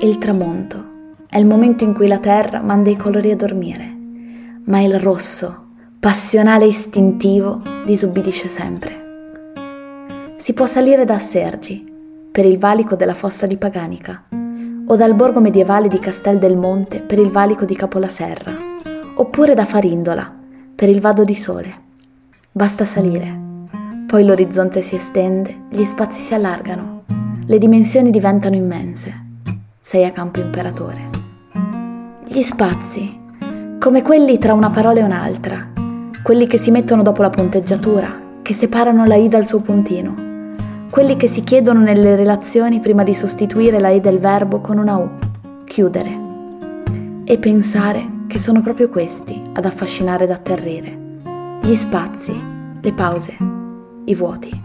Il tramonto è il momento in cui la terra manda i colori a dormire, ma il rosso, passionale e istintivo, disubbidisce sempre. Si può salire da Assergi, per il valico della Fossa di Paganica, o dal borgo medievale di Castel del Monte per il valico di Capolaserra, oppure da Farindola per il Vado di Sole. Basta salire. Poi l'orizzonte si estende, gli spazi si allargano, le dimensioni diventano immense. Sei a Campo Imperatore. Gli spazi, come quelli tra una parola e un'altra, quelli che si mettono dopo la punteggiatura, che separano la I dal suo puntino, quelli che si chiedono nelle relazioni prima di sostituire la E del verbo con una U, chiudere, e pensare che sono proprio questi ad affascinare ed atterrire, gli spazi, le pause, i vuoti.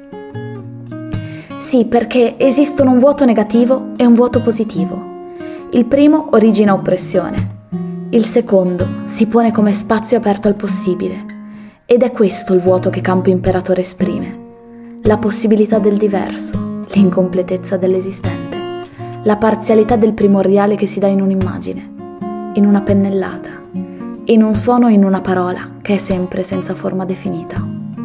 Sì, perché esistono un vuoto negativo e un vuoto positivo. Il primo origina oppressione, il secondo si pone come spazio aperto al possibile, ed è questo il vuoto che Campo Imperatore esprime. La possibilità del diverso, l'incompletezza dell'esistente, la parzialità del primordiale che si dà in un'immagine, in una pennellata, in un suono o in una parola che è sempre senza forma definita.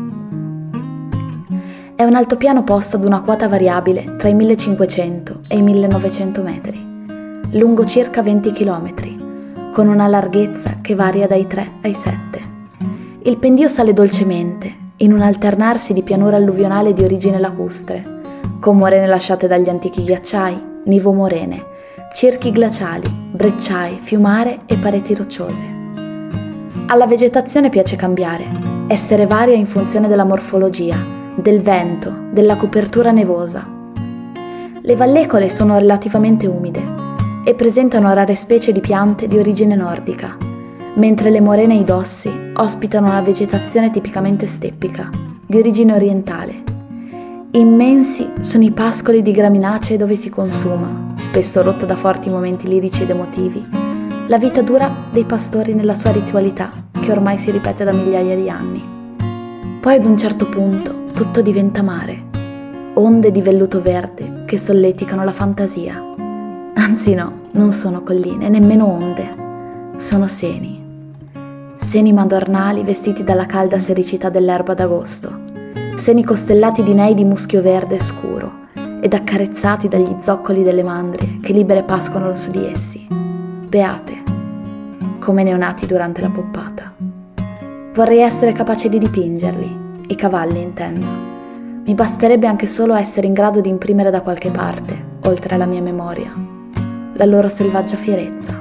È un altopiano posto ad una quota variabile tra i 1500 e i 1900 metri, lungo circa 20 chilometri, con una larghezza che varia dai 3 ai 7. Il pendio sale dolcemente, in un alternarsi di pianura alluvionale di origine lacustre, con morene lasciate dagli antichi ghiacciai, nivomorene, cerchi glaciali, brecciai, fiumare e pareti rocciose. Alla vegetazione piace cambiare, essere varia in funzione della morfologia, del vento, della copertura nevosa. Le vallecole sono relativamente umide e presentano rare specie di piante di origine nordica, mentre le morene e i dossi ospitano una vegetazione tipicamente steppica, di origine orientale. Immensi sono i pascoli di graminacee dove si consuma, spesso rotta da forti momenti lirici ed emotivi, la vita dura dei pastori nella sua ritualità, che ormai si ripete da migliaia di anni. Poi ad un certo punto tutto diventa mare, onde di velluto verde che solleticano la fantasia. Anzi no, non sono colline, nemmeno onde, sono seni. Seni madornali vestiti dalla calda sericità dell'erba d'agosto, seni costellati di nei di muschio verde scuro ed accarezzati dagli zoccoli delle mandrie che libere pascolano su di essi, beate, come neonati durante la poppata. Vorrei essere capace di dipingerli, i cavalli intendo. Mi basterebbe anche solo essere in grado di imprimere da qualche parte, oltre alla mia memoria, la loro selvaggia fierezza.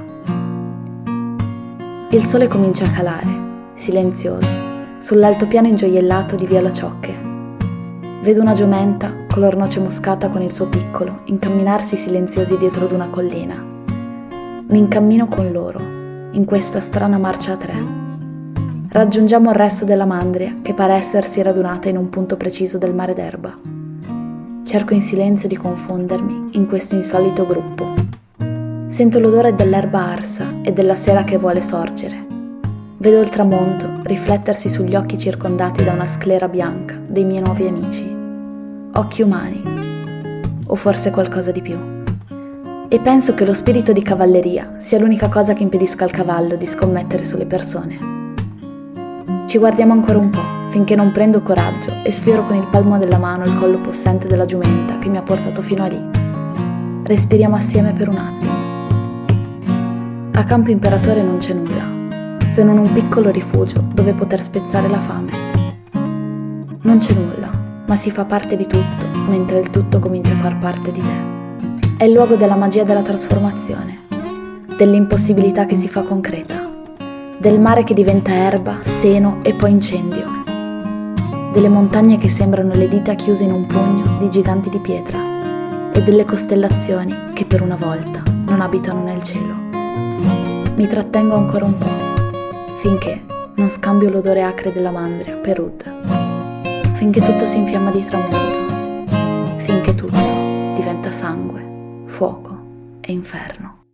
Il sole comincia a calare, silenzioso, sull'altopiano ingioiellato di Via La Ciocche. Vedo una giumenta, color noce moscata con il suo piccolo, incamminarsi silenziosi dietro ad una collina. Mi incammino con loro, in questa strana marcia a 3. Raggiungiamo il resto della mandria, che pare essersi radunata in un punto preciso del mare d'erba. Cerco in silenzio di confondermi in questo insolito gruppo. Sento l'odore dell'erba arsa e della sera che vuole sorgere. Vedo il tramonto riflettersi sugli occhi circondati da una sclera bianca dei miei nuovi amici. Occhi umani, o forse qualcosa di più. E penso che lo spirito di cavalleria sia l'unica cosa che impedisca al cavallo di scommettere sulle persone. Ci guardiamo ancora un po', finché non prendo coraggio e sfioro con il palmo della mano il collo possente della giumenta che mi ha portato fino a lì. Respiriamo assieme per un attimo. A Campo Imperatore non c'è nulla, se non un piccolo rifugio dove poter spezzare la fame. Non c'è nulla, ma si fa parte di tutto, mentre il tutto comincia a far parte di te. È il luogo della magia della trasformazione, dell'impossibilità che si fa concreta, del mare che diventa erba, seno e poi incendio, delle montagne che sembrano le dita chiuse in un pugno di giganti di pietra e delle costellazioni che per una volta non abitano nel cielo. Mi trattengo ancora un po', finché non scambio l'odore acre della mandria per oud, finché tutto si infiamma di tramonto, finché tutto diventa sangue, fuoco e inferno.